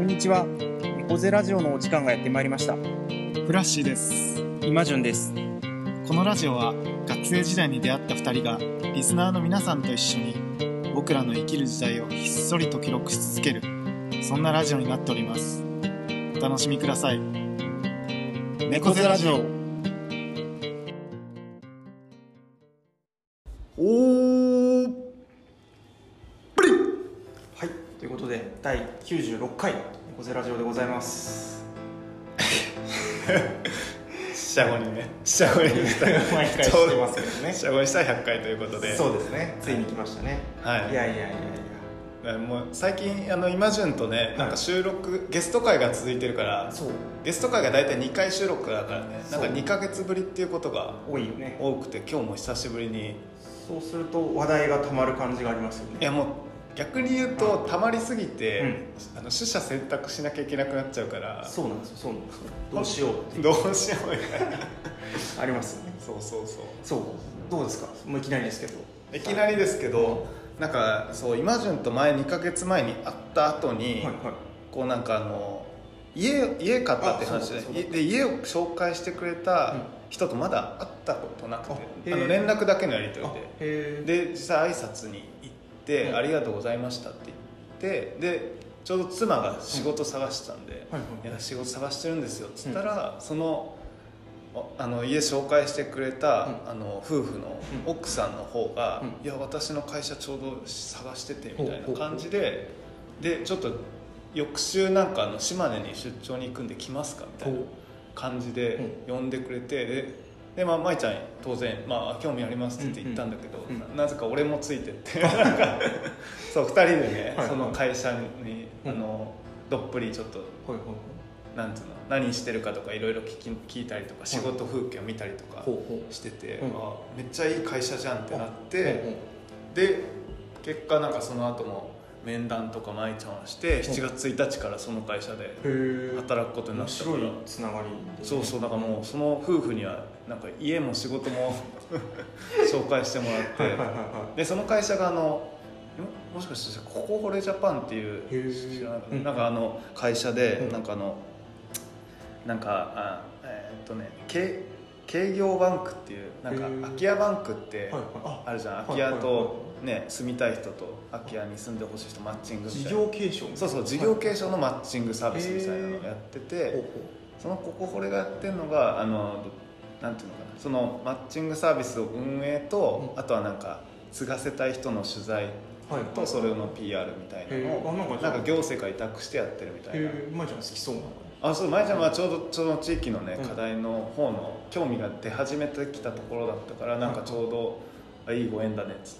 こんにちは。猫背ラジオのお時間がやってまいりました。 フラッシーです。 今順です。 このラジオは学生時代に出会った2人がリスナーの皆さんと一緒に僕らの生きる時代をひっそりと記録し続ける、そんなラジオになっております。お楽しみください。猫背ラジオ。 おープリン。はい、ということで第96回猫背ラジオでございます。 四捨五入ね、四捨五入した毎回してますけどね。 四捨五入した100回ということで、 そうですね、ついに来ましたね。 はい。 いやもう最近今順とね、なんか収録、ゲスト会が続いてるから、 そう、 ゲスト会が大体2回収録だからね、なんか2ヶ月ぶりっていうことが多いよね。 多くて、今日も久しぶりに。 そうすると話題がたまる感じがありますよね。 いやもう逆に言うとたまりすぎて、取捨選択しなきゃいけなくなっちゃうから。 そうなんですよ、そうなんですよ。どうしようっていう、 どうしようみたいなありますよね。 そうどうですか、もういきなりですけど。 いきなりですけど、なんかそう今順と2ヶ月前に会った後に、こうなんか家買ったって話で、家を紹介してくれた人とまだ会ったことなくて、連絡だけのやり取りで実際挨拶に行って、ありがとうございましたって言って、でちょうど妻が仕事探してたんで、いや仕事探してるんですよっつったら、その家紹介してくれた、夫婦の奥さんの方が、いや私の会社ちょうど探しててみたいな感じで、ちょっと翌週なんか島根に出張に行くんで来ますかみたいな感じで呼んでくれて、で舞ちゃん当然、興味ありますって言ったんだけど、なぜか俺もついてってそう2人でね、その会社にどっぷりちょっとなんつうの、何してるかとかいろいろ聞いたりとか、仕事風景を見たりとかしてて、めっちゃいい会社じゃんってなって、で結果なんかその後も面談とか舞ちゃんはして、7月1日からその会社で働くことになったから。面白いつながり、 そうだからもうその夫婦にはなんか家も仕事も紹介してもらってでその会社がもしかしてココホレジャパンっていう知らないかな、なんか会社で、なんか京業バンクっていう、なんか空き家バンクってあるじゃん。空き家とね、住みたい人と空き家に住んでほしい人マッチングみたいな、 事業継承、 そう事業継承のマッチングサービスみたいなのをやってて、そのココホレがやってるのがなんていうのかな、そのマッチングサービスを運営と、あとはなんか継がせたい人の取材と、それの PR みたいなのをなんか行政から委託してやってるみたいな。 舞ちゃん好きそうなの。 そう、舞ちゃんはちょうどその地域のね、課題の方の興味が出始めてきたところだったから、なんかちょうどいいご縁だねっつって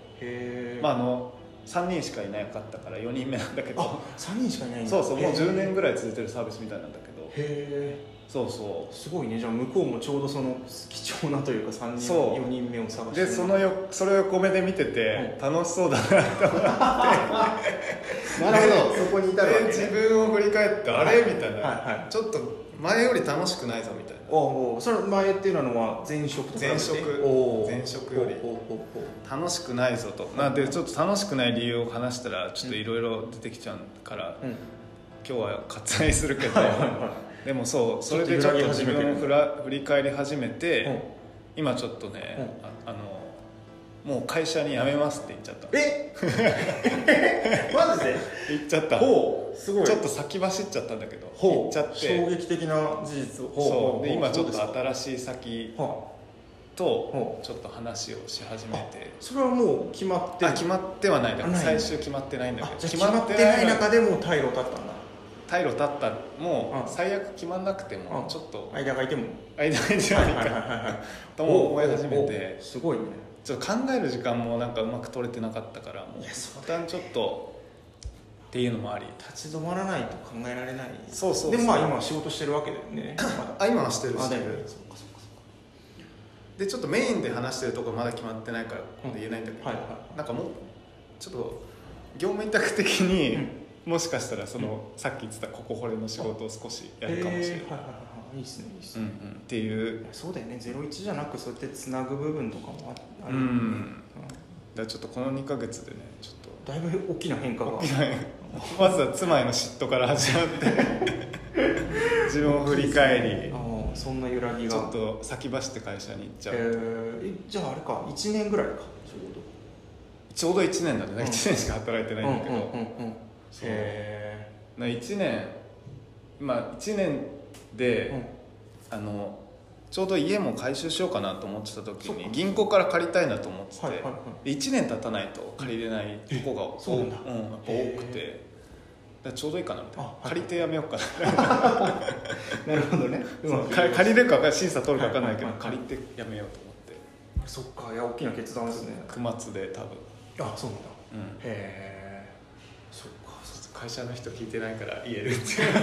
、3人しかいなかったから4人目なんだけど。 3人しかいないんだ。 そうもう10年ぐらい続いてるサービスみたいなんだけど。そうすごいね。じゃあ向こうもちょうどその貴重なというか3人4人目を探してで、それを横目で見てて、楽しそうだなって思ってなるほど、そこにいたら、ね、 自分を振り返ってあれみたいな、ちょっと前より楽しくないぞみたいな。 それ前っていうのは前職とか前職より楽しくないぞと。なんでちょっと楽しくない理由を話したらちょっといろいろ出てきちゃうから、今日は割愛するけどでもそれでちょっと自分を振り返り始めて、今ちょっとね、もう会社に辞めますって言っちゃった。 マジで言っちゃった。 すごい。 ちょっと先走っちゃったんだけど、言っちゃって衝撃的な事実を。 そうで、今ちょっと新しい先とちょっと話をし始めて。 それはもう決まってはないんだけど、最終決まってないんだけど、 決まってない中でも退路立ったんだ。 退路立った。もう最悪決まんなくてもちょっと間がいてもじゃないかと思い始めて。 すごいね。 ちょっと考える時間もなんかうまく取れてなかったから、もう一旦ちょっとっていうのもあり、 立ち止まらないと考えられない。 そうでも今仕事してるわけだよね。 今はしてるで、ちょっとメインで話してるところまだ決まってないから言えないんだけど、なんかもうちょっと業務委託的に、もしかしたらさっき言ってたココホレの仕事を少しやるかもしれない。 いいっすね、いいっすね。 っていう。 そうだよね、01じゃなくそうやってつなぐ部分とかもある。 だからちょっとこの2ヶ月でね、ちょっとだいぶ大きな変化が。 まずは妻への嫉妬から始まって自分を振り返り、 そんな揺らぎがちょっと先走って会社に行っちゃう、 じゃああれか1年ぐらいかちょうど1年だね、1年しか働いてないんだけど、そう1年1年で、ちょうど家も改修しようかなと思ってた時に銀行から借りたいなと思ってて、1年経たないと借りれないとこがやっぱ多くて、ちょうどいいかなみたいな、借りてやめようかななるほどね、 借りれるか審査取るか分かんないけど、借りてやめようと思って。 そっか、いや大きな決断ですね。 9月で多分。 あ、そうなんだ。へえ。そっか、会社の人聞いてないから言えるって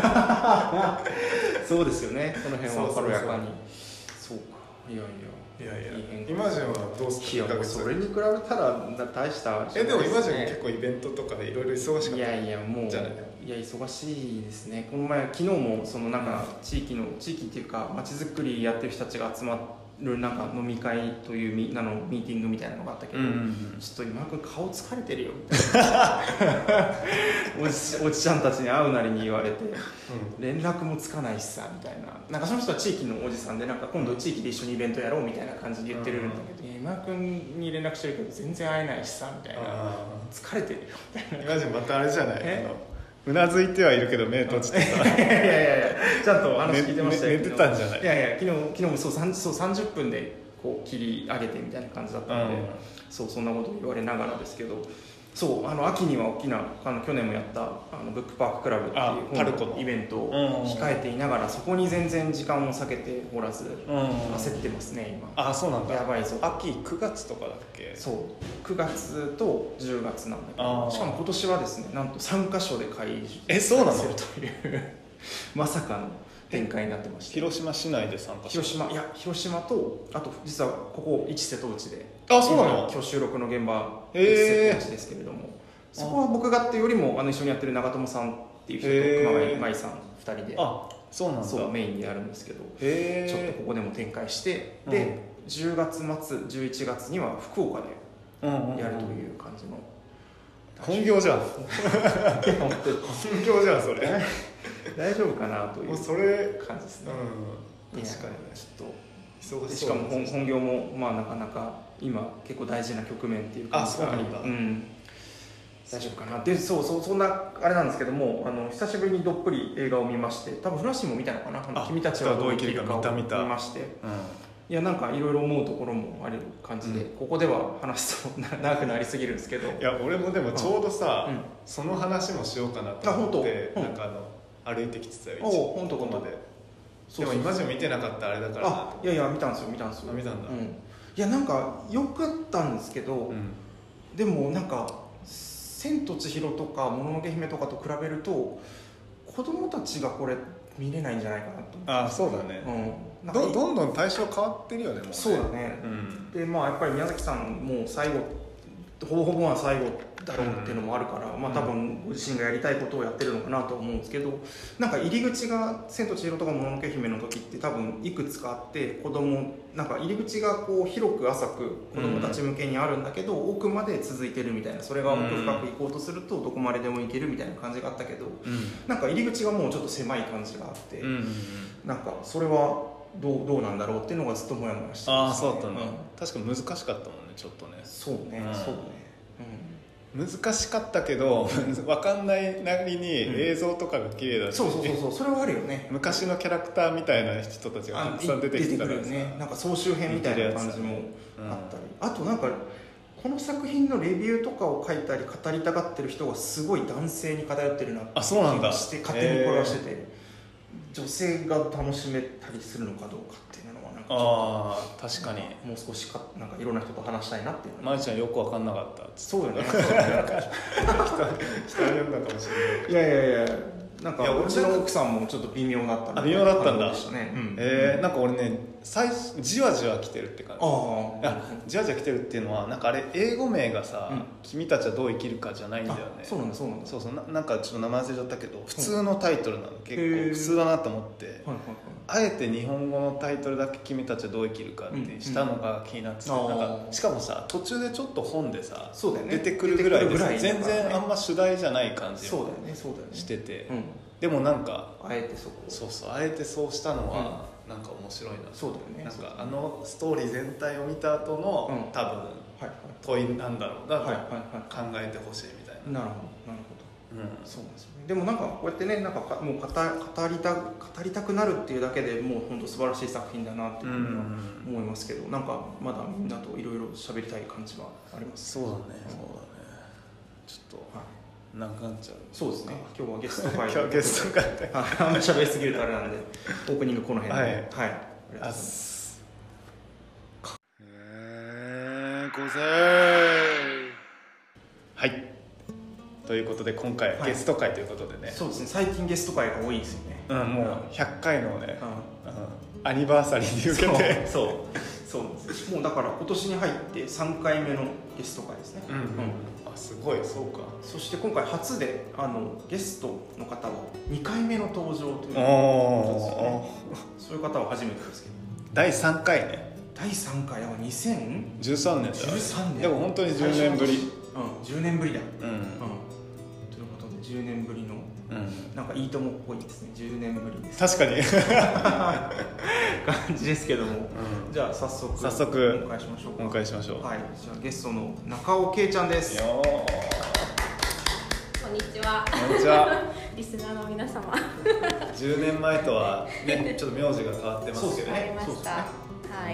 そうですよね、この辺は軽やかに。そうか、いやイマジンはどうすか。 いや、それに比べたら大したでもイマジン結構イベントとかでいろいろ忙しかった。 いやもう忙しいですね。この前昨日もそのなんか地域っていうか街づくりやってる人たちが集まるなんか飲み会というミーティングみたいなのがあったけど、ちょっと今君顔疲れてるよみたいなおじちゃんたちに会うなりに言われて、連絡もつかないしさみたいな、なんかその人は地域のおじさんで、なんか今度地域で一緒にイベントやろうみたいな感じで言ってるんだけど、今君に連絡してるけど全然会えないしさみたいな、疲れてるよみたいな。 今じゃまたあれじゃない、うなずいてはいるけど目閉じてさいやちゃんと話聞いてましたよ。 寝てたんじゃない。 いや昨日もそう30分でこう切り上げてみたいな感じだったので、そんなこと言われながらですけど、秋には大きな去年もやったブックパーククラブっていう本のイベントを控えていながら、そこに全然時間を避けておらず、焦ってますね今。 そうなんだ。 やばいぞ。 秋9月とかだっけ。 そう9月と10月なんだけど、しかも今年はですね、なんと3カ所で開催するというまさかの展開になってまして、 広島市内で参加した。 広島と、あと実はここ一瀬戸内で、 そうなの。 今日収録の現場一瀬戸内ですけれども、そこは僕がっていうよりも一緒にやってる長友さんっていう人と熊谷舞さん2人で、 そうなんだ、 メインでやるんですけど、ちょっとここでも展開して、で10月末11月には福岡でやるという感じの、 本業じゃん本業じゃんそれ大丈夫かなという感じですね。 確かにちょっと忙しそう。しかも本業もなかなか今結構大事な局面っていう感じがあり、大丈夫かな。でそんなあれなんですけども、久しぶりにどっぷり映画を見まして、多分フラッシュも見たのかな、君たちはどう生きるかを見まして、いやなんかいろいろ思うところもある感じで、ここでは話すと長くなりすぎるんですけど、 いや俺もでもちょうどさ、その話もしようかなと思って、なんか歩いてきてたよ。 本当まで。 でも今じゃ見てなかったあれだから。 いや見たんですよ。見たんだ。いやなんか良かったんですけど、でもなんか千と千尋とかもののけ姫とかと比べると子供たちがこれ見れないんじゃないかなと。 そうだね。どんどん対象変わってるよね。もうね。 そうだね。でやっぱり宮崎さんも最後ほぼほぼは最後だろうっていうのもあるから、多分ご自身がやりたいことをやってるのかなと思うんですけど、なんか入り口が千と千尋とかもののけ姫の時って多分いくつかあって、なんか入り口がこう広く浅く子供たち向けにあるんだけど、奥まで続いてるみたいな、それが奥深く行こうとするとどこまででも行けるみたいな感じがあったけど、なんか入り口がもうちょっと狭い感じがあって、なんかそれはどうなんだろうっていうのがずっとモヤモヤしてましたね。 そうだったな。確か難しかったもんね、ちょっとね。 そうね。 難しかったけど分かんないなりに映像とかが綺麗だし、 そうそれはあるよね。 昔のキャラクターみたいな人たちがたくさん出てきてたからさ、 なんか総集編みたいな感じもあったり、あとなんかこの作品のレビューとかを書いたり語りたがってる人がすごい男性に偏ってるなってそうなんだして勝手にこれはしてて、女性が楽しめたりするのかどうかっていうのはなんか確かにもう少しなんかいろんな人と話したいなっていうのまいちゃんよく分かんなかった。 そうよね人に読んだかもしれない。 いやなんかうちの奥さんもちょっと微妙だった微妙だったんだ。なんか俺ねじわじわ来てるって感じ。じわじわ来てるっていうのはなんかあれ英語名がさ、君たちはどう生きるかじゃないんだよね。 そうなんだ。 なんかちょっと名前忘れちゃったけど普通のタイトルなの。結構普通だなと思って、あえて日本語のタイトルだけ君たちはどう生きるかってしたのが気になってて、なんかしかもさ途中でちょっと本でさ出てくるぐらいで全然あんま主題じゃない感じをしてて、でもなんかあえてあえてそうしたのはなんか面白いな。 そうだよね。 なんかあのストーリー全体を見た後の多分問いなんだろうなと考えてほしいみたいな。 なるほど。そうなんですよね。でもなんかこうやってね、なんかもう語りたくなるっていうだけでもう本当素晴らしい作品だなっていうふうには思いますけど、なんかまだみんなといろいろ喋りたい感じはあります。 そうだね。ちょっとなくなっちゃう。 そうですね。今日はゲスト会。 今日ゲスト会。 あんまり喋りすぎるとあれなんで、オープニングこの辺で。はい。 ありがとうございます。はい。ということで今回ゲスト会ということでね。 そうですね。最近ゲスト会が多いですよね。 もう100回のね、アニバーサリーに向けて。 そうです。もうだから今年に入って3回目のゲスト会ですね。 すごい。そうか。 そして今回初でゲストの方は2回目の登場ということですね。そういう方は初めてですけど。 第3回ね。 第3回は2013年だ。13年。 でも本当に10年ぶり。 10年ぶりだ。ということで10年ぶりのなんかいいともっぽいですね。10年ぶりです。 確かに感じですけども、じゃあ早速お迎えしましょう。 お迎えしましょう。 はい。じゃあゲストの中尾圭ちゃんです。 こんにちは。 こんにちは。 リスナーの皆様。 10年前とはね、ちょっと名字が変わってますけどね。 変わりました。はい。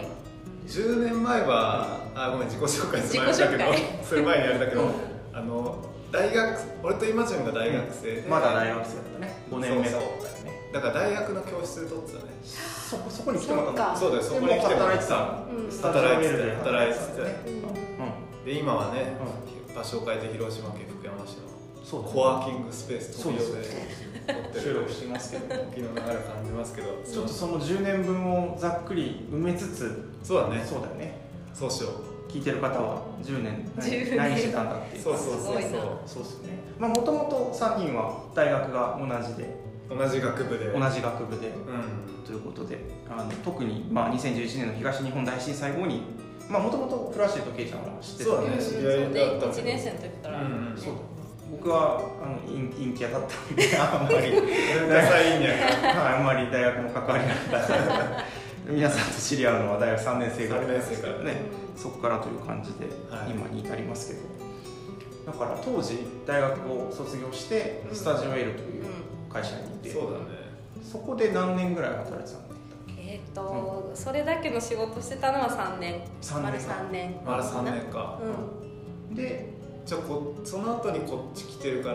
10年前はごめん自己紹介する前だけど、それ前にあれだけど、大学俺と今ちゃんが大学生で、 まだ大学生だったね。5年目だったよね。 だから大学の教室で撮ってたね。 そこに来てもらったの。 そうだよ。そこに来て働いてた。 働いてて。で今はね、場所を変えて広島県福山市のコワーキングスペース東京で収録してますけど、 昨日の流れ感じますけど、 ちょっとその10年分をざっくり埋めつつ、 そうだね。そうしよう。 聞いてる方は10年何してたんだっていう。 そうですね。まあもともと3人は大学が同じ学部でということで、特に2011年の東日本大震災後にもともとフラッシュとケイちゃんは知ってたんで、 知り合いだった1年生の時から。 僕は陰キャだったんであんまりあんまり大学の関わりなかった皆さんと知り合うのは大学3年生ぐらいからね、そこからという感じで今に至りますけど、だから当時大学を卒業してスタジオ L という会社にいて、そこで何年ぐらい働いてたんだっけ？それだけの仕事してたのは3年。丸3年か。でじゃあその後にこっち来てるから、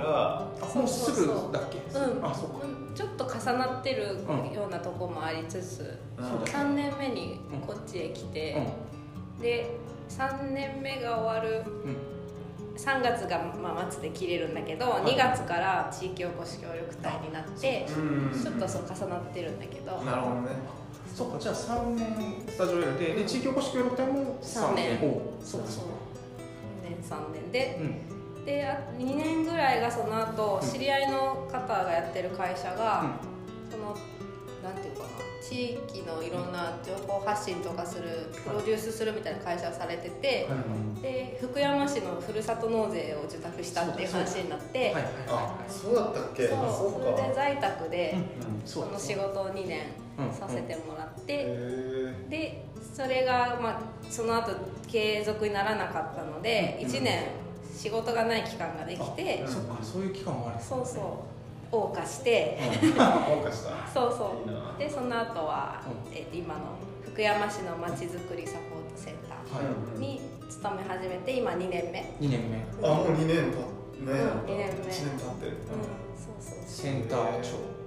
もうすぐだっけ？ ちょっと重なってるようなとこもありつつ、3年目にこっちへ来て、で3年目が終わる3月が末で切れるんだけど、2月から地域おこし協力隊になって、ちょっと重なってるんだけど。 なるほどね。 そっか、じゃあ3年スタジオ L で地域おこし協力隊も 3年。そう3年で、2年ぐらいがその後知り合いの方がやってる会社が、そのなんていうかな、地域のいろんな情報発信とかするプロデュースするみたいな会社をされてて、で福山市のふるさと納税を受託したっていう話になって、 そうだったっけ？ それで在宅でその仕事を2年させてもらって、でそれがその後継続にならなかったので、1年仕事がない期間ができて、 そっか、そういう期間もある。 謳歌して謳歌したでその後は、今の福山市のまちづくりサポートセンターに勤め始めて今2年目。 もう2年経って 2年目。 1年経ってる。 センター長。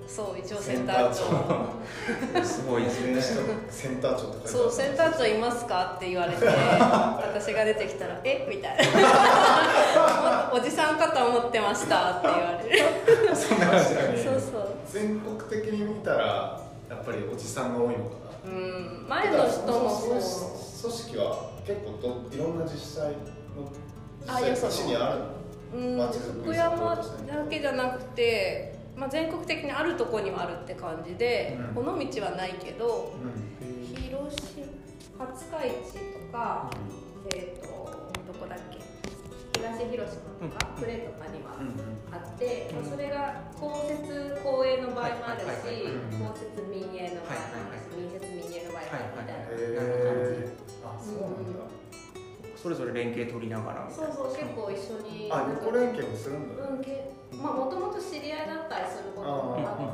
そう一応センター長すごいですね。 センター長とかそうセンター長いますかって言われて私が出てきたらえみたいなおじさんかと思ってましたって言われるそんな感じだね。 そうそう全国的に見たらやっぱりおじさんが多いのかな。 前の人もそう組織は結構いろんな自治体の市にあるの。 福山だけじゃなくて、全国的にあるところにはあるって感じで、尾道はないけど、広島廿日市とか、どこだっけ東広島とか呉とかにはあって、それが公設公営の場合もあるし、公設民営の場合もあるし、民設民営の場合もあるみたいな感じ。 あ、そうなんだ。 それぞれ連携取りながら。 そうそう、結構一緒に。 横連携もするんだ。 もともと知り合いだったりすることもあって、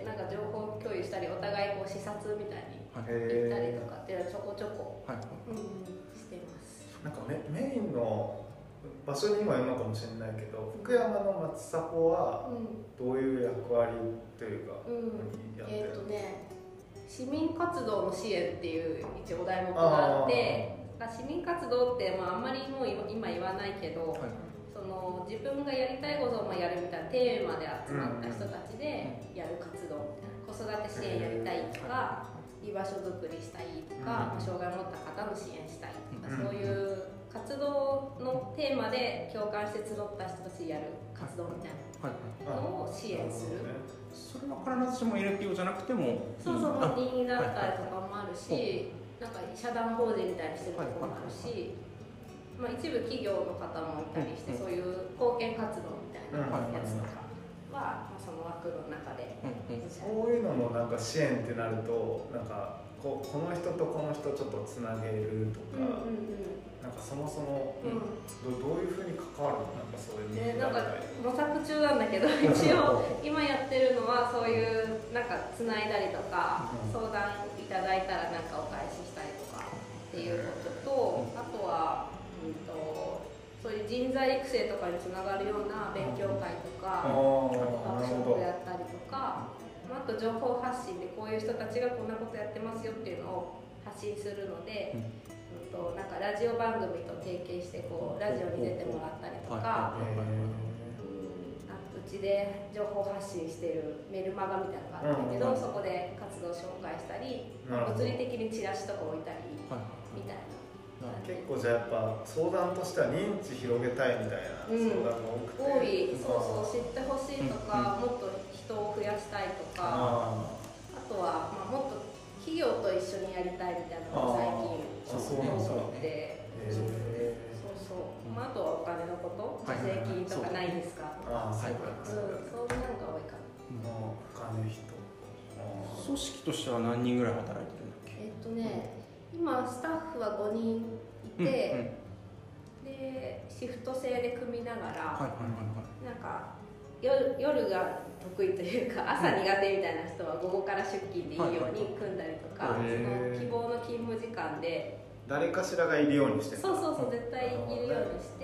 なんか情報共有したり、お互いこう視察みたいに行ったりとかっていうのはちょこちょこしてます。 なんかメインの場所にもよるのかもしれないけど、福山の松迫はどういう役割というかやってる？ 市民活動の支援っていう一応お題目があって、市民活動ってあんまりもう今言わないけど、その自分がやりたいことをやるみたいなテーマで集まった人たちでやる活動みたいな、子育て支援やりたいとか、居場所づくりしたいとか、障害を持った方の支援したいとか、そういう活動のテーマで共感して集った人たちやる活動みたいなのを支援する。 それは必ずしも NPO じゃなくてもそうそう、任意だったりとかもあるし、なんか社団法人みたいにしてるところもあるし、一部企業の方もいたりして、そういう貢献活動みたいなやつとかはその枠の中で、 そういうのもなんか支援ってなると、なんかこの人とこの人ちょっとつなげるとか、なんかそもそもどういうふうに関わるの？なんかそういうなんか模索中なんだけど、一応今やってるのはそういうなんかつないだりとか、相談いただいたらなんかお返ししたりとかっていうことと、あとはそういう人材育成とかにつながるような勉強会とかワークショップやったりとか、あと情報発信でこういう人たちがこんなことやってますよっていうのを発信するので、なんかラジオ番組と提携してこうラジオに出てもらったりとか、うちで情報発信してるメルマガみたいなのがあるんだけど、そこで活動紹介したり、物理的にチラシとか置いたりみたいな。 結構じゃあやっぱ相談としては認知広げたいみたいな相談が多くて、 そう知ってほしいとか、もっと人を増やしたいとか、あとはもっと企業と一緒にやりたいみたいなのが最近多くて、あとはお金のこと、助成金とかないですかとか、そういうのが多いかな。 お金人。 組織としては何人ぐらい働いてるんだっけ？ 今スタッフは5人いて、でシフト制で組みながら、なんか夜が得意というか朝苦手みたいな人は午後から出勤でいいように組んだりとか、その希望の勤務時間で誰かしらがいるようにしてる。 そう絶対いるようにして、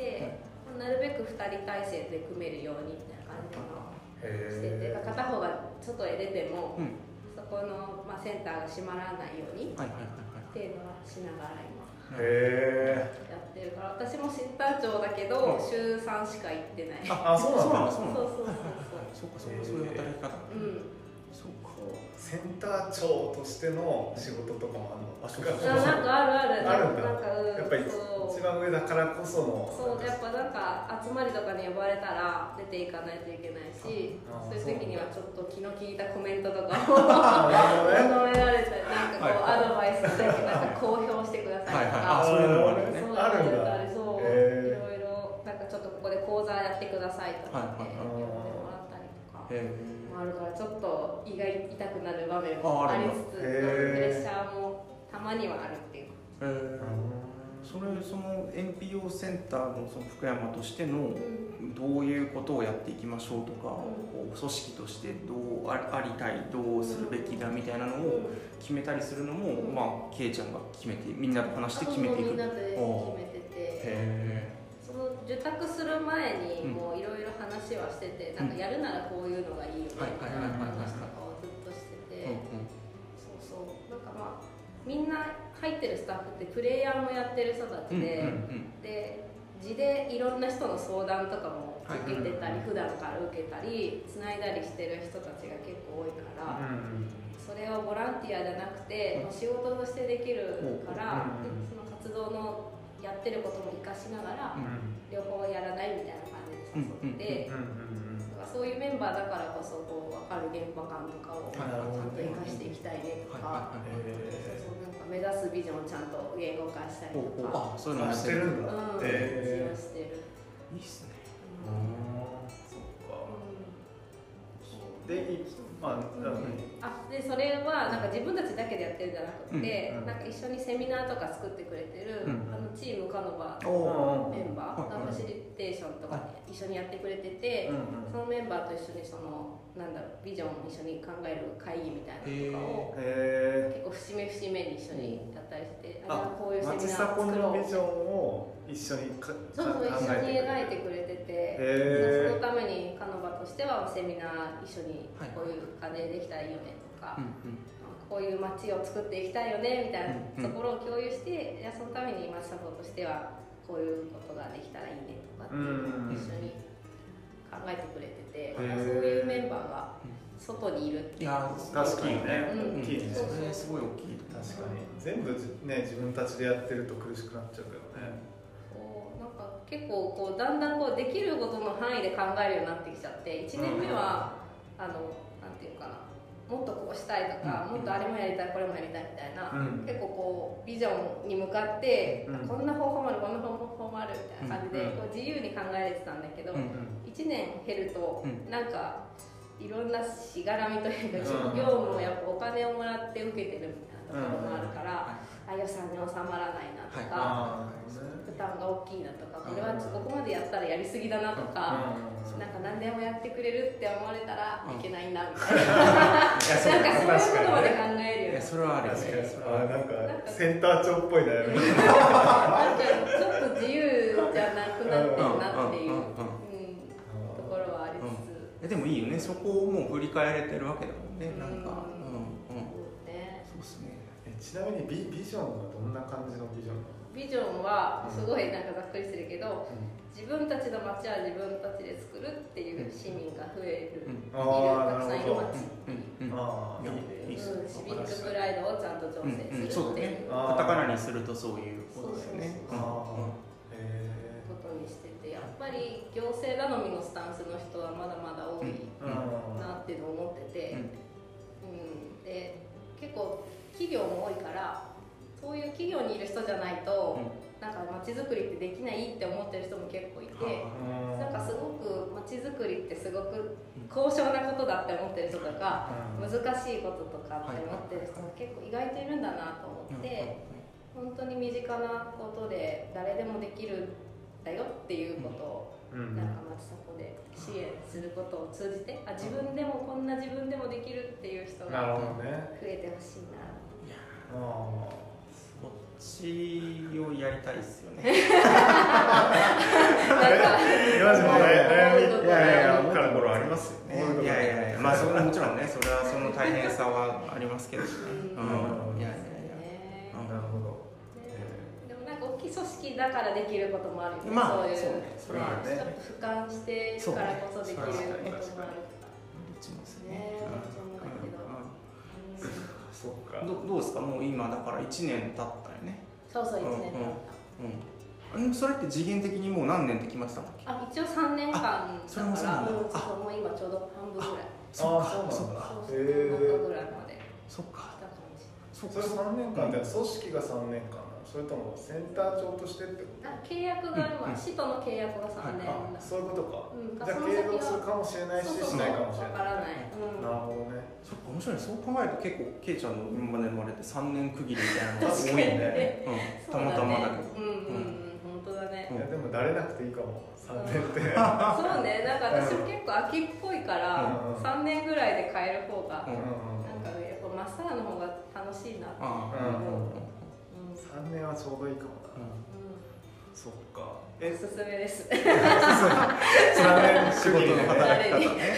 なるべく2人体制で組めるようにみたいな感じのしてて、片方が外へ出ても、そこの、センターが閉まらないようにっていうのはしながら今やってるから、私もセンター長だけど週3しか行ってない。 そうなんだ。 そういう働き方。 センター長としての仕事とかもあるの？ なんかあるんだ。やっぱり一番上だからこその。 そうやっぱなんか集まりとかに呼ばれたら出ていかないといけないし、そういう時にはちょっと気の利いたコメントとかを求められたり、なんかこうアドバイスだけなんか公表してくださいとか、 そういうのもあるよね。 あるんだ。 そういろいろなんかちょっとここで講座やってくださいとかって呼んでもらったりとか。あるからちょっと胃が痛くなる場面もありつつ、プレッシャーもたまにはあるっていう。 その NPO センターのその福山としてのどういうことをやっていきましょうとか、組織としてどうありたい、どうするべきだみたいなのを決めたりするのも、ケイちゃんが決めてみんなと話して決めていく。 みんなで決めてて。その受託する前にもういろいろ話話はしてて、なんかやるならこういうのがいいよねみたいな話とかをずっとしてて、そうそうなんかまあみんな入ってるスタッフってプレイヤーもやってる人たちで、で地でいろんな人の相談とかも受けてたり、普段から受けたりつないだりしてる人たちが結構多いから、それをボランティアじゃなくて仕事としてできるから、その活動のやってることも活かしながら、両方やらないみたいな感じで誘って、そういうメンバーだからこそこう分かる現場感とかをちゃんと生かしていきたいねとか、なんか目指すビジョンをちゃんと言語化したりとか。 そういうのしてるんだ。 してる。 いいっすね。 そっか。で、 でそれはなんか自分たちだけでやってるんじゃなくて、なんか一緒にセミナーとか作ってくれてる、チームカノバのメンバー、ファシリテーションとか一緒にやってくれてて、そのメンバーと一緒にそのなんだろうビジョンを一緒に考える会議みたいなのとかを結構節目節目に一緒にやったりして、こういうセミナーを作ろう。 町サポのビジョンを一緒にそう一緒に描いてくれてて、そのためにカノバとしてはセミナー一緒にこういう感じでできたらいいよねとか、こういう街を作っていきたいよねみたいなところを共有して、いやそのために町サポとしてはこういうことができたらいいねとかっていうのを一緒に考えてくれてて、そういうメンバーが外にいるっていう。 いや確かにね、大きいね。 それすごい大きい。 確かに全部ね自分たちでやってると苦しくなっちゃうけどね。 なんか結構こうだんだんこうできることの範囲で考えるようになってきちゃって、1年目はなんていうかな、もっとこうしたいとか、もっとあれもやりたいこれもやりたいみたいな、結構こうビジョンに向かって、こんな方法もあるこんな方法もあるみたいな感じでこう自由に考えれてたんだけど、1年減るとなんかいろんなしがらみというか、業務もやっぱお金をもらって受けてるみたいなところもあるから、予算に収まらないなとか、負担が大きいなとか、これはここまでやったらやりすぎだなとか、なんか何でもやってくれるって思われたらいけないなみたいな、なんかそういうことまで考えるよね。 それはあるよね。 なんかセンター長っぽいなよね。 なんかちょっと自由じゃなくなってるなっていうところはありつつ、 でもいいよね、そこをもう振り返れてるわけだもんね。なんかそうですね。 ちなみにビジョンはどんな感じのビジョンなの？ ビジョンはすごいなんかざっくりするけど、自分たちの街は自分たちで作るっていう市民が増える、たくさんいる街っていう、シビックプライドをちゃんと醸成するっていう、 カタカナにするとそういうことですよね。 ことにしてて、やっぱり行政頼みのスタンスの人はまだまだ多いなっていうのを思ってて、で結構企業も多いから、そういう企業にいる人じゃないと、なんか街づくりってできないって思ってる人も結構いて、なんかすごく街づくりってすごく高尚なことだって思ってる人とか、難しいこととかって思ってる人が結構意外といるんだなと思って、本当に身近なことで誰でもできるんだよっていうことを、なんか町サポで支援することを通じて、自分でもこんな自分でもできるっていう人が増えてほしいな。 そっちをやりたいですよね。 マジで悩みから頃ありますよね。いやまあそれはもちろんね、それはその大変さはありますけどね。 なるほど。 でもなんか大きい組織だからできることもあるよね。 まあそういうそれはね、 ちょっと俯瞰しているからこそできることもあるから。 どっちもですね。 そうか。 どうですか、もう今だから1年経ったよね。 そう1年経った。 それって次元的にもう何年って決まってたんだっけ？ 一応3年間だから、もう今ちょうど半分ぐらい。 そうか。 ぐらいまで。 そっか。 それ3年間って組織が3年間なの？それともセンター長としてってこと？ 契約が今、市との契約が3年だ。 そういうことか。じゃあ継続するかもしれないし、しないかもしれない。 わからない。 なるほどね。 そっか、面白い。そう考えると結構ケイちゃんの今まで生まれて3年区切りみたいなのが多いね。たまたまだけど。 本当だね。 いやでも慣れなくていいかも。3年って。 そうね。なんか私も結構秋っぽいから3年ぐらいで変える方がなんかやっぱまっさらの方が楽しいなって思う。 3年はちょうどいいかもな。 そっか。 おすすめです。 3年仕事の働き方ね。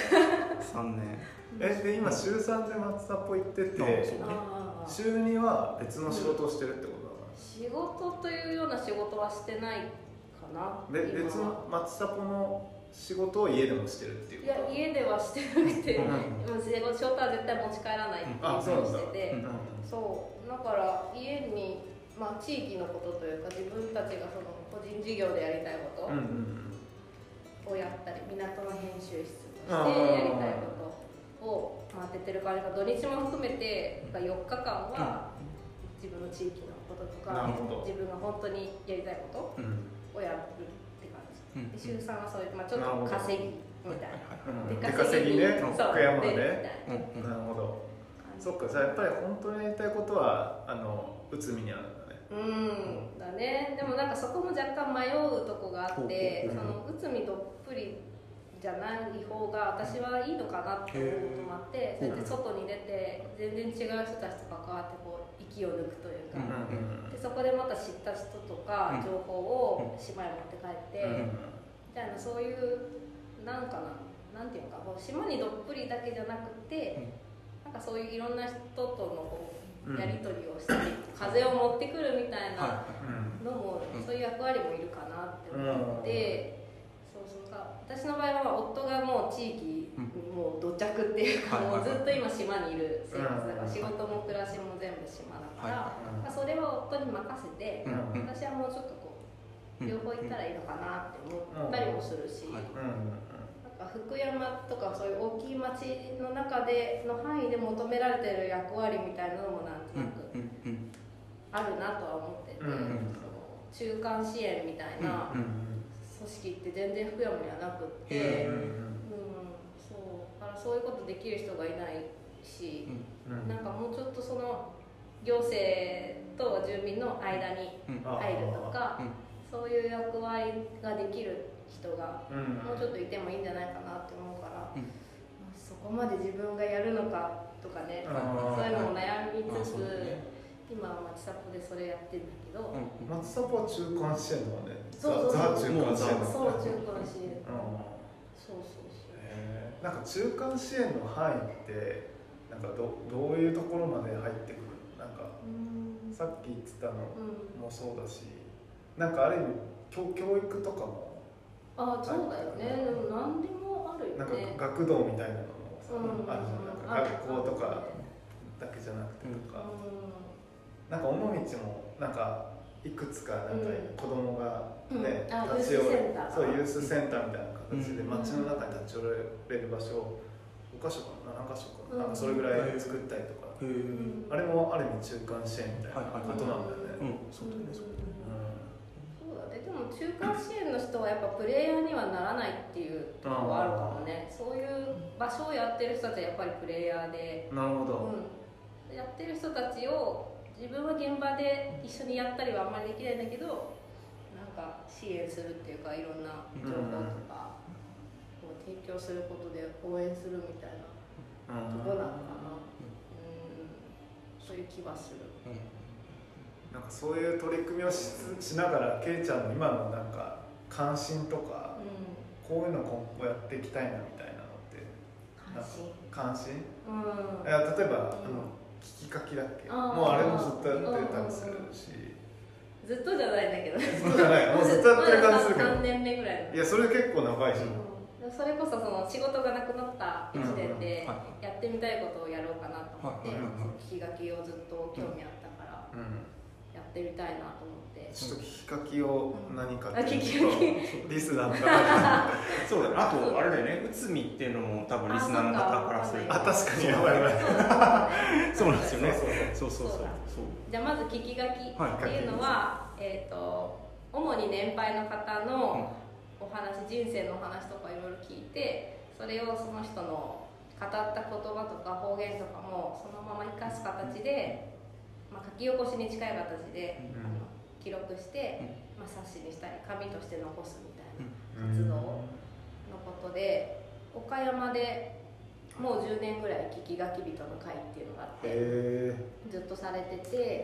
3年。 で今週3で松田っぽ行ってて、週2は別の仕事をしてるってことだから。 仕事というような仕事はしてないかな。 で別の松田ぽの仕事を家でもしてるっていうこと。 いや家ではしてなくて、仕事は絶対持ち帰らないっていうのをしてて、そうだから家にまあ地域のことというか自分たちがその個人事業でやりたいことをやったり、港の編集室としてやりたいことを当ててる感じが、土日も含めて4日間は自分の地域のこととか、自分が本当にやりたいことをやるって感じ。で週3はそういう、まあ、ちょっと稼ぎみたいな、 出稼ぎね、福山で。 なるほど。そっか、じゃあやっぱり本当にやりたいことは内海にあるんだね。 だね。でもなんかそこも若干迷うとこがあって、その内海どっぷりじゃない方が私はいいのかなって思うこともあって、そうやって外に出て全然違う人たちと関わってこう息を抜くというか、でそこでまた知った人とか情報を島へ持って帰って、みたいな、そういうなんかなんていうか、こう島にどっぷりだけじゃなくて、なんかそういういろんな人とのこうやり取りをしたり、風を持ってくるみたいなのも、そういう役割もいるかなって思って、私の場合は夫がもう地域にもう土着っていうか、もうずっと今島にいる生活だから、仕事も暮らしも全部島だから、それは夫に任せて、私はもうちょっとこう両方行ったらいいのかなって思ったりもするし、福山とかそういう大きい町の中での範囲で求められてる役割みたいなのもなんとなくあるなとは思ってて、その中間支援みたいな組織って全然福山にはなくって、そうだからそういうことできる人がいないし、なんかもうちょっとその行政と住民の間に入るとか、そういう役割ができる人がもうちょっといてもいいんじゃないかなって思うから、そこまで自分がやるのかとかね、そういうのも悩みつつ、今は町サポでそれやってるんだけど、 町サポは中間支援だね。 そうザ中間支援だね。 そう中間支援。 なんか中間支援の範囲ってなんかどういうところまで入ってくる？なんかさっき言ってたのもそうだし、なんかある意味教育とかも。 そうだよね。でも何でもあるよね。 なんか学童みたいなのもあるじゃん。なんか学校とかだけじゃなくてとか。なんか尾道もなんかいくつかなんか子供がね、立ち寄る、そうユースセンターみたいな形で街の中に立ち寄れる場所を5か所かな、7か所かな、なんかそれぐらい作ったりとか、あれもある意味中間支援みたいなことなんだよね。 そうだね。でも中間支援の人はやっぱプレイヤーにはならないっていうところはあるかもね。そういう場所をやってる人たちはやっぱりプレイヤーで、 なるほど。 やってる人たちを自分は現場で一緒にやったりはあんまりできないんだけど、なんか支援するっていうか、いろんな情報とかを提供することで応援するみたいなとこなのかな。そういう気はする。 なんかそういう取り組みを しながら、ケイちゃんの今のなんか関心とか、こういうの今後やっていきたいなみたいなのって関心？例えば聞き書きだっけ？もうあれもずっとやってたりするし、 ずっとじゃないんだけど、 ずっとじゃない、もうずっとやってる感じするけど、 3年目ぐらいの。 いやそれ結構長いじゃん。 それこそその仕事がなくなった1年でやってみたいことをやろうかなと思って、聞き書きをずっと興味あったからやってみたいなと思って。 ちょっと聞き書きを何かっていうと、 リスナーの方そうだね。あとあれだよね、内海っていうのも多分リスナーの方からすると、 確かにやばいやばい。 そうなんですよね。そう。 じゃあまず聞き書きっていうのは、主に年配の方のお話、人生のお話とかいろいろ聞いて、それをその人の語った言葉とか方言とかもそのまま生かす形で、書き起こしに近い形で記録して、冊子にしたり紙として残すみたいな活動のことで、岡山でもう10年ぐらい聞き書き人の会っていうのがあって、ずっとされてて、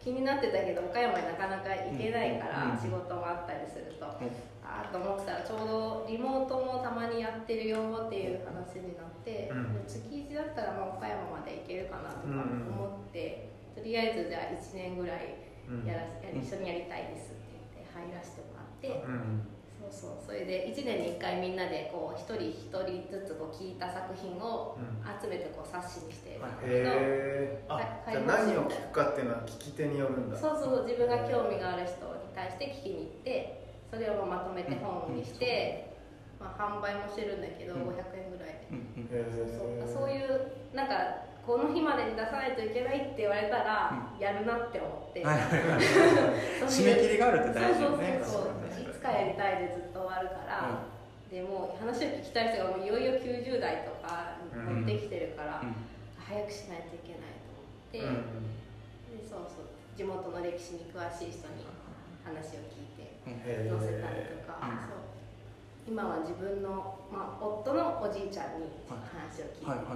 気になってたけど岡山になかなか行けないから、仕事もあったりすると、ああと思ってたらちょうどリモートもたまにやってるよっていう話になって、月1だったらまあ岡山まで行けるかなとか思って、とりあえずじゃあ1年ぐらい一緒にやりたいですって言って入らせてもらって、それで1年に1回みんなでこう一人ずつこう聞いた作品を集めてこう冊子にしてるんだけど、 じゃあ何を聞くかっていうのは聞き手によるんだ。 そう自分が興味がある人に対して聞きに行って、それをまとめて本にして、まあ、販売もしてるんだけど、500円ぐらいで、そういうなんかこの日までに出さないといけないって言われたら、やるなって思って、 締め切りがあるって大事よね。 いつかやりたいでずっと終わるから、でも話を聞きたい人がもういよいよ90代とか持ってきてるから、早くしないといけないと思って、で地元の歴史に詳しい人に話を聞いて載せたりとか、今は自分の、まあ、夫のおじいちゃんに話を聞い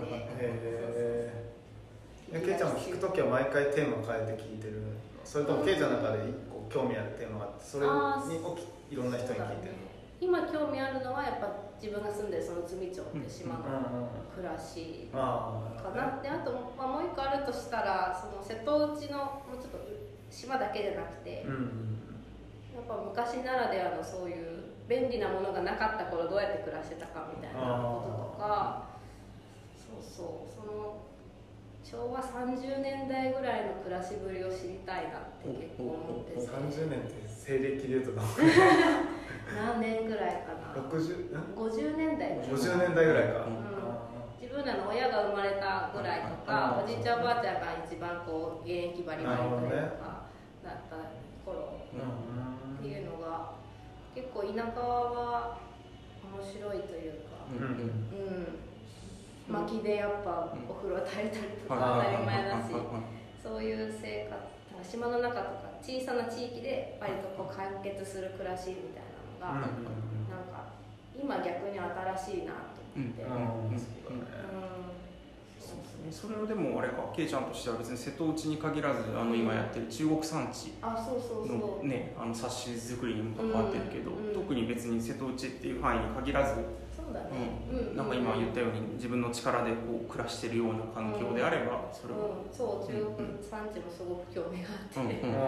てて、 ケイちゃんも聞くときは毎回テーマ変えて聞いてるの？それともケイちゃんの中で一個興味あるテーマがあって、それにいろんな人に聞いてるの？ 今興味あるのはやっぱ自分が住んでるその渥美町って島の暮らしかな。であと、まあ、もう一個あるとしたらその瀬戸内のもうちょっと島だけじゃなくて、やっぱ昔ならではのそういう便利なものがなかった頃どうやって暮らしてたかみたいなこととか、その昭和30年代ぐらいの暮らしぶりを知りたいなって結構思ってて。 30年って西暦でいうと何年ぐらいかな。50年代ぐらい。 50年代ぐらいか。 自分らの親が生まれたぐらいとか、おじいちゃんおばあちゃんが一番こう現役バリバリぐらいとかだった頃っていうのが結構田舎は面白いというか、薪でやっぱお風呂炊いたりとか当たり前だし、そういう生活、島の中とか小さな地域で割とこう完結する暮らしみたいなのが、なんか今逆に新しいなと思って。 それはでもあれか、ケイちゃんとしては別に瀬戸内に限らず今やってる中国産地のね、冊子作りにも関わってるけど、特に別に瀬戸内っていう範囲に限らず、なんか今言ったように自分の力でこう暮らしてるような環境であれば、それはそう中国産地もすごく興味があって、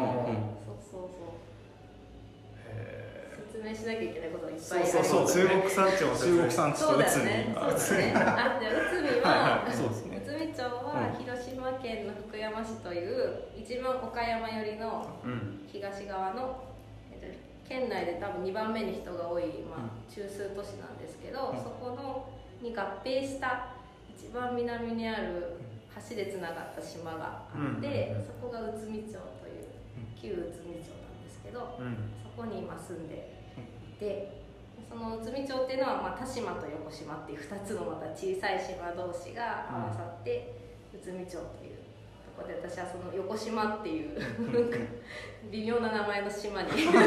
説明しなきゃいけないことがいっぱいある。 そう中国産地も中国産地と内海が。そうだよね。あ、じゃあ内海は内海町は広島県の福山市という一番岡山寄りの東側の県内で多分2番目に人が多い、まあ、中枢都市なんですけど、そこのに合併した一番南にある橋でつながった島があって、そこが内海町という旧内海町なんですけど、そこに今住んでいて、その内海町っていうのは、まあ、田島と横島っていう2つのまた小さい島同士が合わさって内海町というところで、私はその横島っていう微妙な名前の島に住んで。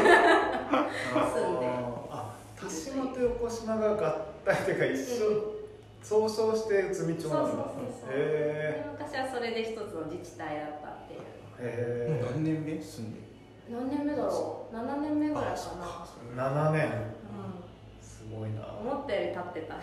田島と横島が合体というか一緒、総称して内海町なんだ。 昔はそれで一つの自治体だったっていう。 もう何年目住んで？ 何年目だろう。7年目ぐらいかな。 7年。すごいな。 思ったより経ってた。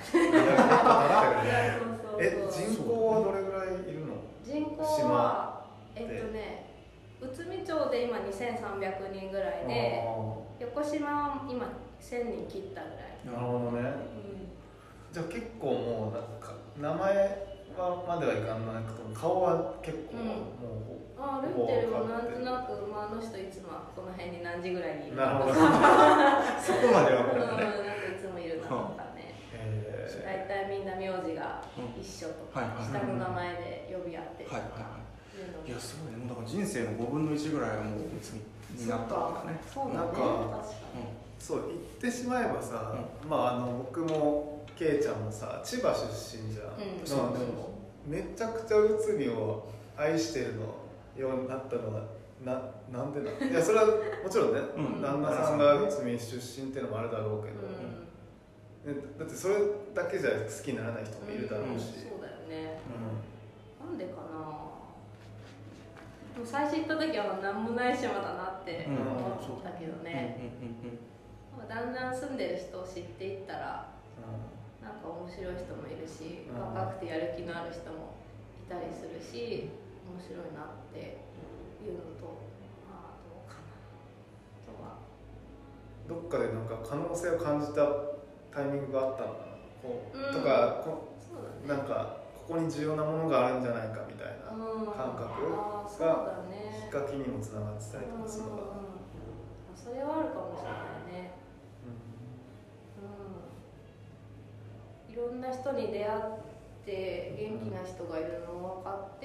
人口はどれぐらいいるの？ 人口は内海町で今2300人ぐらいで、横島は今1000人切ったぐらい。 なるほどね。じゃあ結構もうなんか名前まではいかなくても顔は結構もう歩いてるもなんとなく、まあ、あの人いつもこの辺に何時ぐらいにいるなるほど。 そこまではなんかいつもいるなとかね。大体みんな名字が一緒とか、下の名前で呼び合ってるとかいうの。 いやすごいね。もうだから人生の5分の1ぐらいはもう別になったわけだね。 そうだね。確かに。 そう言ってしまえばさ、僕もケイちゃんもさ千葉出身じゃん。でもめちゃくちゃ内海を愛してるのようになったのはなんでなの？いやそれはもちろんね、旦那さんが内海出身っていうのもあるだろうけど、だってそれだけじゃ好きにならない人もいるだろうし。 そうだよね。なんでかな。 最初行った時は何もない島だなって思ったけどね、だんだん住んでる人を知っていったら、なんか面白い人もいるし、若くてやる気のある人もいたりするし、面白いなっていうのと、まあどうかな、あとはどっかでなんか可能性を感じたタイミングがあったのかな、とかそうだね、 なんかここに重要なものがあるんじゃないかみたいな感覚がきっかけにもつながってたりとかするのが、 それはあるかもしれないね。いろんな人に出会って元気な人がいるのも分かって、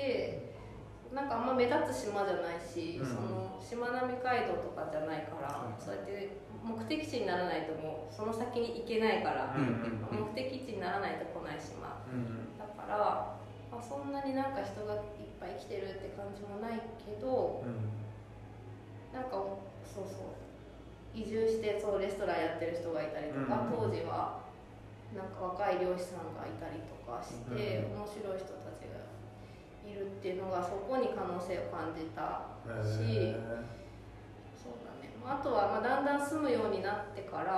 なんかあんま目立つ島じゃないし、そのしまなみ海道とかじゃないから、そうやって目的地にならないともうその先に行けないから、目的地にならないと来ない島、だから、まあ、そんなになんか人がいっぱい来てるって感じもないけど、なんかそう移住してそうレストランやってる人がいたりとか、当時はなんか若い漁師さんがいたりとかして、面白い人たちがいるっていうのが、そこに可能性を感じたし、そうだね、あとはまあだんだん住むようになってから、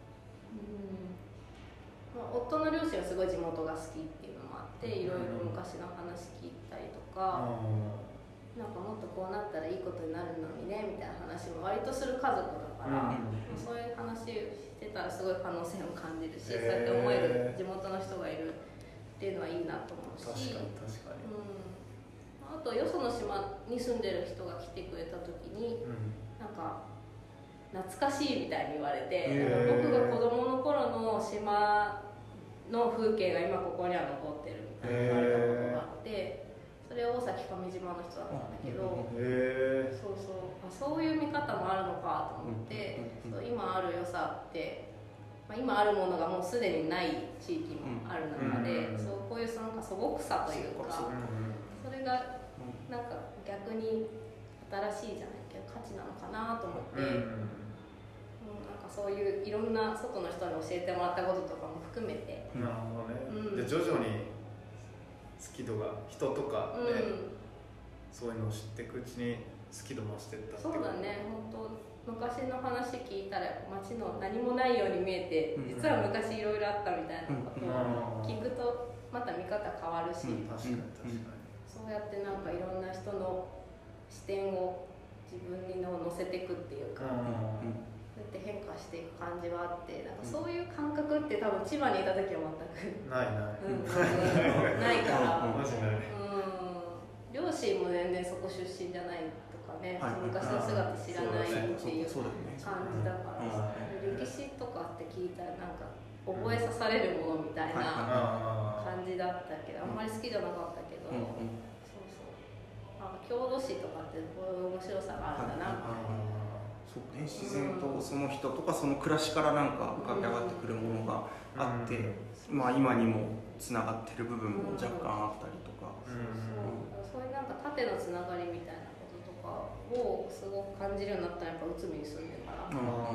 まあ、夫の両親はすごい地元が好きっていうのもあって、いろいろ昔の話聞いたりとか、なんかもっとこうなったらいいことになるのにねみたいな話も割とする家族だから、そういう話してたらすごい可能性を感じるし、そうやって思える地元の人がいるっていうのはいいなと思うし、あとよその島に住んでる人が来てくれた時に、なんか懐かしいみたいに言われて、僕が子供の頃の島の風景が今ここには残ってるみたいな言われたことがあって、それは大崎上島の人だったんだけど、そういう見方もあるのかと思って、今ある良さって、まあ、今あるものがもうすでにない地域もある中で、こういうなんか素朴さというか、それがなんか逆に新しいじゃないけど価値なのかなと思って、なんかそういういろんな外の人に教えてもらったこととかも含めて、 なるほどね、で徐々に好き度が人とかで、そういうのを知っていくうちに好き度増していったって。 そうだね、本当昔の話聞いたら街の何もないように見えて、実は昔いろいろあったみたいなことを聞くとまた見方変わるし、そうやってなんかいろんな人の視点を自分に乗せていくっていうか、そうやって変化していく感じはあって、なんかそういう感覚って多分千葉にいた時は全くないから、両親も全然そこ出身じゃないとかね、昔の姿知らないっていう感じだから、歴史とかって聞いたらなんか覚えさされるものみたいな感じだったけど、あんまり好きじゃなかったけど、郷土史とかってこういう面白さがあるんだなみたいな。 そうね、自然とその人とかその暮らしからなんか浮かび上がってくるものがあって、まあ、今にもつながってる部分も若干あったりとか、 そういうなんか縦のつながりみたいなこととかをすごく感じるようになったら、やっぱ内海に住んでから、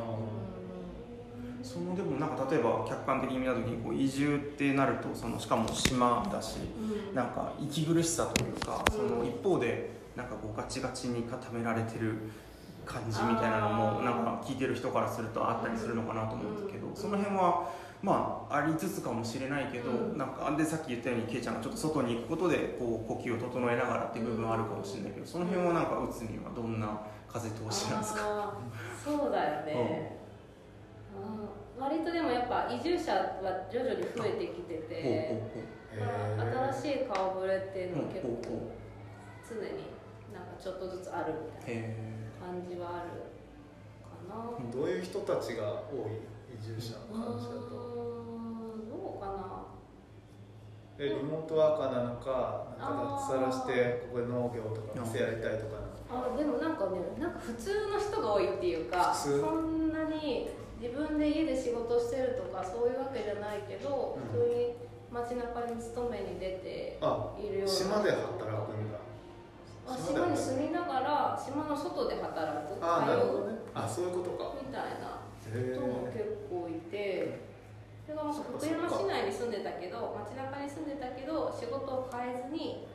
そのでもなんか例えば客観的に見た時にこう移住ってなると、そのしかも島だし、なんか息苦しさというか、その一方でなんかこうガチガチに固められてる感じみたいなのもなんか聞いてる人からするとあったりするのかなと思うんですけど、その辺はまあありつつかもしれないけど、なんかでさっき言ったようにケイちゃんがちょっと外に行くことでこう呼吸を整えながらっていう部分はあるかもしれないけど、その辺はなんか内海はどんな風通しなんですか？ そうだよね、割とでもやっぱ移住者は徐々に増えてきてて、新しい顔ぶれっていうのは結構常になんかちょっとずつあるみたいな感じはあるかな。 どういう人たちが多い移住者の話だと？ どうかな。 リモートワーカーなのか、なんか脱サラしてここで農業とか店やりたいとかでもなんかね、なんか普通の人が多いっていうか、そんなに自分で家で仕事してるとかそういうわけじゃないけど、普通に街中に勤めに出ているような。 島で働くんだ。 島に住みながら島の外で働く、 なるほどね。そういうことかみたいな人も結構いて、それが福山市内に住んでたけど、街中に住んでたけど仕事を変えずにこ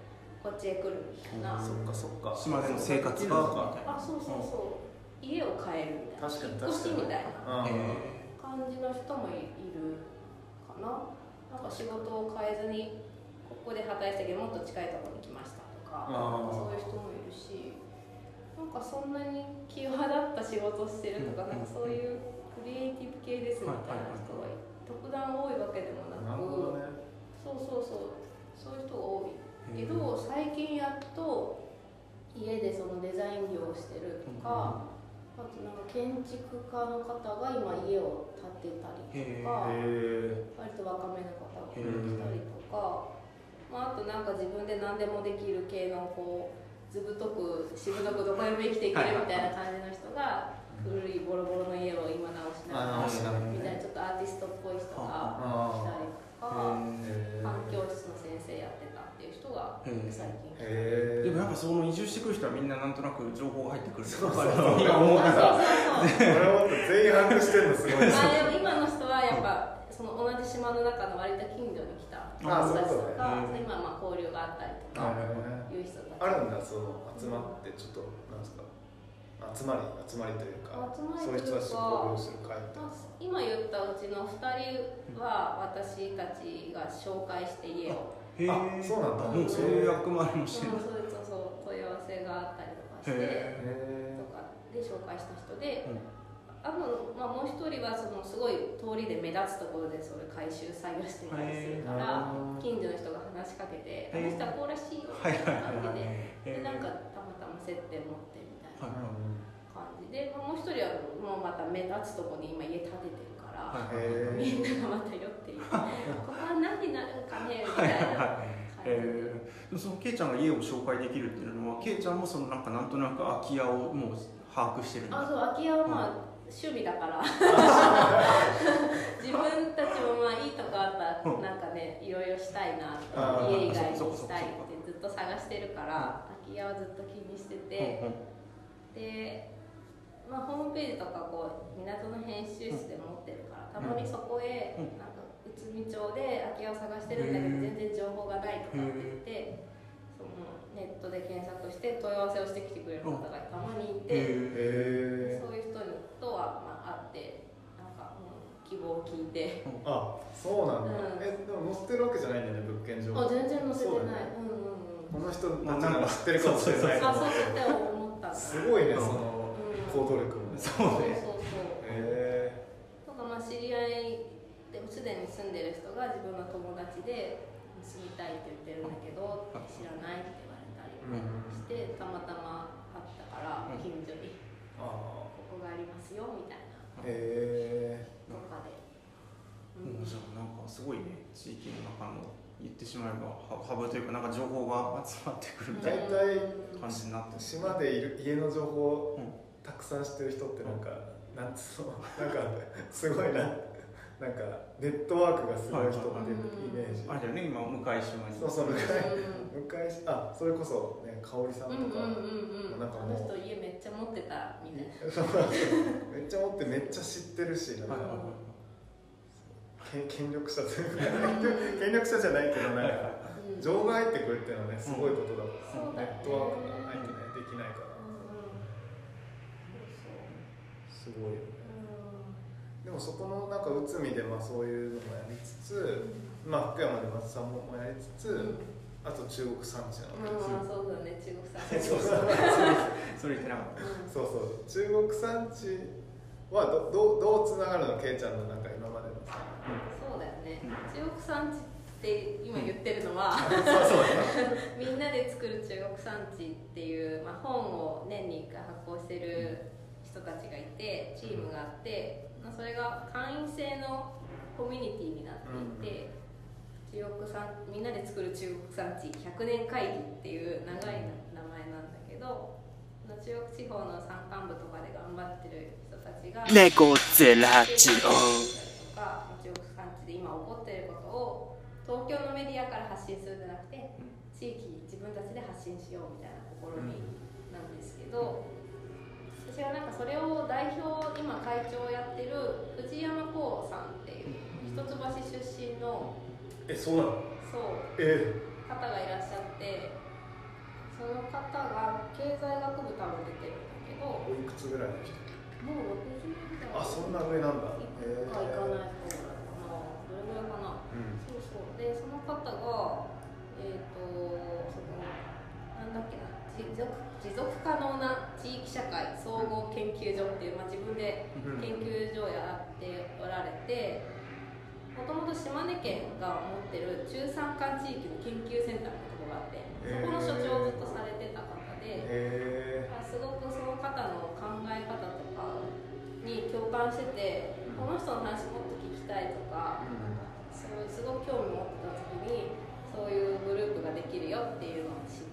こっちへ来るみたいな、 そっかそっか、 島での生活があ、そうそうそう、家を変えるみたいな、 確かに引っ越しみたいな感じの人もいるかな。なんか仕事を変えずにここで働いてたけどもっと近いところに来ましたとか、そういう人もいるし、なんかそんなに際立った仕事をしてるとか、なんかそういうクリエイティブ系ですみたいな人が特段多いわけでもなく、そういう人が多いけど、最近やっと家でそのデザイン業をしてるとか、あとなんか建築家の方が今家を建てたりとか、割と若めの方が来たりとか、あとなんか自分で何でもできる系のこうずぶとくしぶとくどこでも生きていけるみたいな感じの人が古いボロボロの家を今直しながらみたいな、ちょっとアーティストっぽい人が来たりとか、環境室の先生やってたっていう人が最近来て、 でもやっぱその移住してくる人はみんななんとなく情報が入ってくる。 そう今思うから。 俺は全員把握してるのすごい。 でも今の人はやっぱその同じ島の中の割と近所に来た人たちとか、今まあ交流があったりとかいう人たちあるんだ。その集まってちょっとなんですか、集まりというか、そういう人たちと交流する会みたいな。 今言ったうちの2人は私たちが紹介して家を、 そうなんだ。 もうそういう役割もしてる。 そう問い合わせがあったりとかしてとかで紹介した人で、もう一人はそのすごい通りで目立つところでそれ回収作業してたりするから、近所の人が話しかけて「あの人はこうらしいよ」みたいな感じで、なんかたまたま接点持ってみたいな感じで、もう一人はもうまた目立つところに今家建ててるから、みんながまた寄っていて「ここは何になるんかね」みたいな感じで。 そのケイちゃんが家を紹介できるっていうのは、ケイちゃんもそのなんとなく空き家をもう把握してるんですか？ そう、空き家は趣味だから自分たちもいいとこあったらなんかね、いろいろしたいなって、家以外にしたいってずっと探してるから、空き家はずっと気にしてて、で、ホームページとかこう港の編集室で持ってるから、たまにそこへなんか内海町で空き家を探してるんだけど全然情報がないとかって言って、そのネットで検索して問い合わせをしてきてくれる方がたまにいて、そういう人とは会ってなんか、希望を聞いて。 そうなんだ。でも載ってるわけじじゃないんだよね、物件情報。 全然載せてない。 この人たちが知ってるかもしれない。 そうって思ったんだ。 すごいね、その行動力もね。 そうとか知り合いでもすでに住んでる人が自分の友達で住みたいって言ってるんだけど知らないって言われたりして、たまたま会ったから近所にここがありますよみたいなとかで。 じゃあなんかすごいね、地域の中の言ってしまえばハブというか、なんか情報が集まってくるみたいな感じになって、 島でいる家の情報をたくさん知ってる人ってなんか、なんつうの、なんかすごいなんかネットワークがすごい人っていうイメージ。 あれだよね、今向島に。 そう向島、それこそね、香織さんとか、なんかあの人家めっちゃ持ってたみたいな。 めっちゃ持ってめっちゃ知ってるし、なんか権力者というか、権力者じゃないけどなんか情が入ってくるっていうのはね、すごいことだから、ネットワークがないとねできないから、すごいよね。でもそこのなんか内海でそういうのもやりつつ、福山で松さんもやりつつ、あと中国産地なので、 そうだね、中国産地。 それ言ってなかった。 そう中国産地はどうつながるの、ケイちゃんのなんか今までのさ。 そうだよね、中国産地って今言ってるのは、みんなで作る中国産地っていう、本を年に1回発行してる人たちがいて、チームがあって、それが会員制のコミュニティになっていて、みんなで作る中国産地100年会議っていう長い名前なんだけど、中国地方の山間部とかで頑張ってる人たちが猫ゼラチオとか中国産地で今起こっていることを東京のメディアから発信するんじゃなくて、地域自分たちで発信しようみたいな試みなんですけど、私はなんかそれを代表、今会長をやってる藤山光さんっていう一橋出身のそうなの？ 方がいらっしゃって、 その方が経済学部多分出てるんだけど、 おいくつぐらいの人？ もう60代。 あ、そんな上なんだ。 行くか行かないかぐらいかな。どれぐらいかな。そうそう。でその方がそのなんだっけな、持続可能な地域社会総合研究所っていう、自分で研究所をやっておられて、もともと島根県が持ってる中山間地域の研究センターのところがあって、そこの所長をずっとされてた方で、すごくその方の考え方とかに共感してて、この人の話もっと聞きたいとか、そうすごく興味持ってた時にそういうグループができるよっていうのを知って、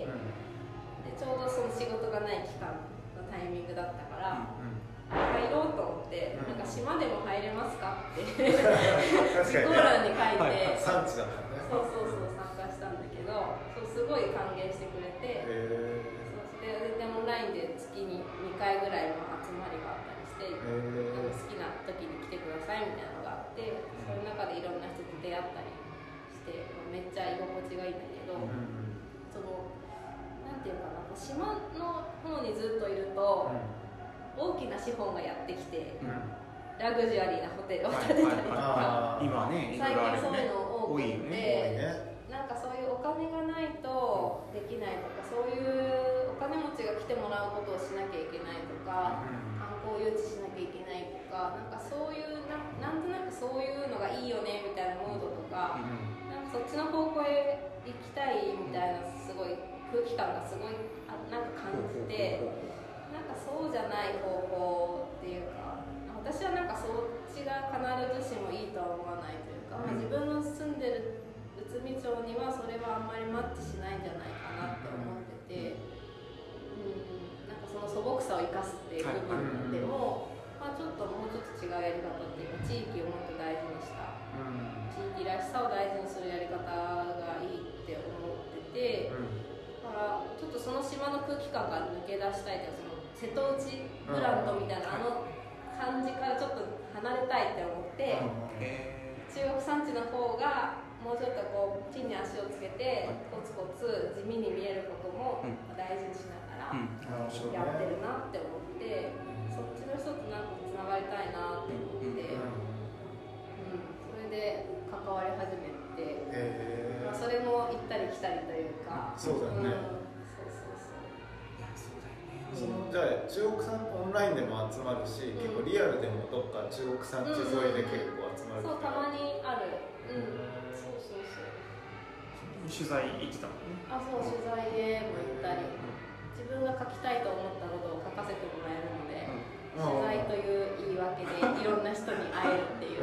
でちょうどその仕事がない期間のタイミングだったから、入ろうと思って、なんか島でも入れますかって自己欄に書いて、 産地だったね。 そう参加したんだけど、すごい歓迎してくれて、でオンラインで月に2回ぐらいの集まりがあったりして、好きな時に来てくださいみたいなのがあって、そういう中でいろんな人と出会ったりして、めっちゃ居心地がいいんだけど、そのなんていうかな、島の方にずっといると、大きな資本がやってきて、ラグジュアリーなホテルを建てたりとか、 今ね、 最近そういうの多くて、 なんかそういうお金がないとできないとか、そういうお金持ちが来てもらうことをしなきゃいけないとか、観光誘致しなきゃいけないとか、なんかそういうなんとなくそういうのがいいよねみたいなムードとか、なんかそっちの方向へ行きたいみたいな、すごい空気感がすごいなんか感じて、なんかそうじゃない方向っていうか、私はなんかそっちが必ずしもいいとは思わないというか、自分の住んでる内海町にはそれはあんまりマッチしないんじゃないかなって思ってて、なんかその素朴さを生かすっていう部分でも、ちょっともうちょっと違うやり方っていうか、地域をもっと大事にした、地域らしさを大事にするやり方がいいって思ってて、だからちょっとその島の空気感が抜け出したいというか、その瀬戸内ブランドみたいな感じからちょっと離れたいって思って、中国山地の方がもうちょっとこう地に足をつけて、コツコツ地味に見えることも大事にしながらやってるなって思って、そっちの人となんかつながりたいなって思って、それで関わり始めて、それも行ったり来たりというか。 そうだよね。じゃあ中国産オンラインでも集まるし、結構リアルでもどっか中国産地沿いで結構集まる。 そう、たまにある。 取材行ってたもんね。 そう、取材でも行ったり、自分が書きたいと思ったことを書かせてもらえるので、取材という言い訳でいろんな人に会えるっていう。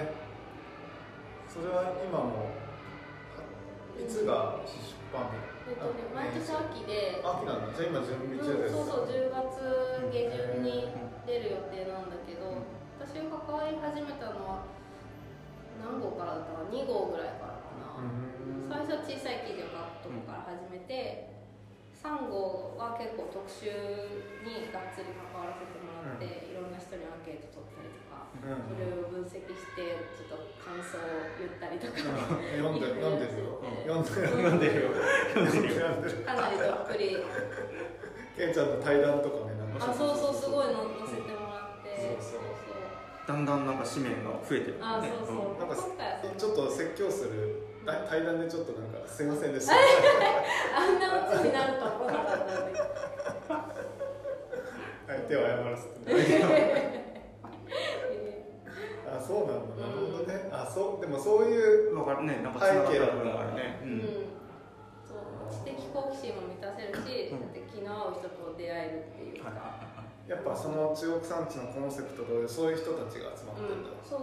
それは今もいつが出版日？ 毎年秋で。 秋なんだ。じゃあ今準備中です。 そう、10月下旬に出る予定なんだけど、私が関わり始めたのは何号からだったかな、2号ぐらいからかな。最初は小さい記事を書くとこから始めて、3号は結構特集にがっつり関わらせてもらって、いろんな人にアンケート取ったりとか、それを分析してちょっと感想を言ったりとか、 読んでるよ。 かなりどっぷり。 ケンちゃんの対談とかね、 そう、すごい載せてもらって、 だんだんなんか紙面が増えてるね。 なんかちょっと説教する対談でちょっとなんかすいませんでした。 あんなオチになると思わなかったので。 相手を謝らせて。そうなんだ。なるほどね。でもそういうわかるね。なんか背景だったのがあるね。 知的好奇心も満たせるし、気の合う人と出会えるっていうか。 やっぱその中国山地のコンセプトでそういう人たちが集まってるんだ。 そう。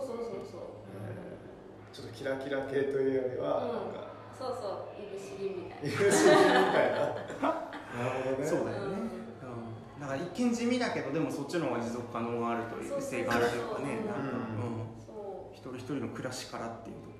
ちょっとキラキラ系というよりはなんか。 そう、いぶし銀みたいな。 いぶし銀みたいな。なるほどね。 そうだよね。だから一見地味だけど、でもそっちの方が持続可能があるという性があるというかね。一人一人の暮らしからっていうと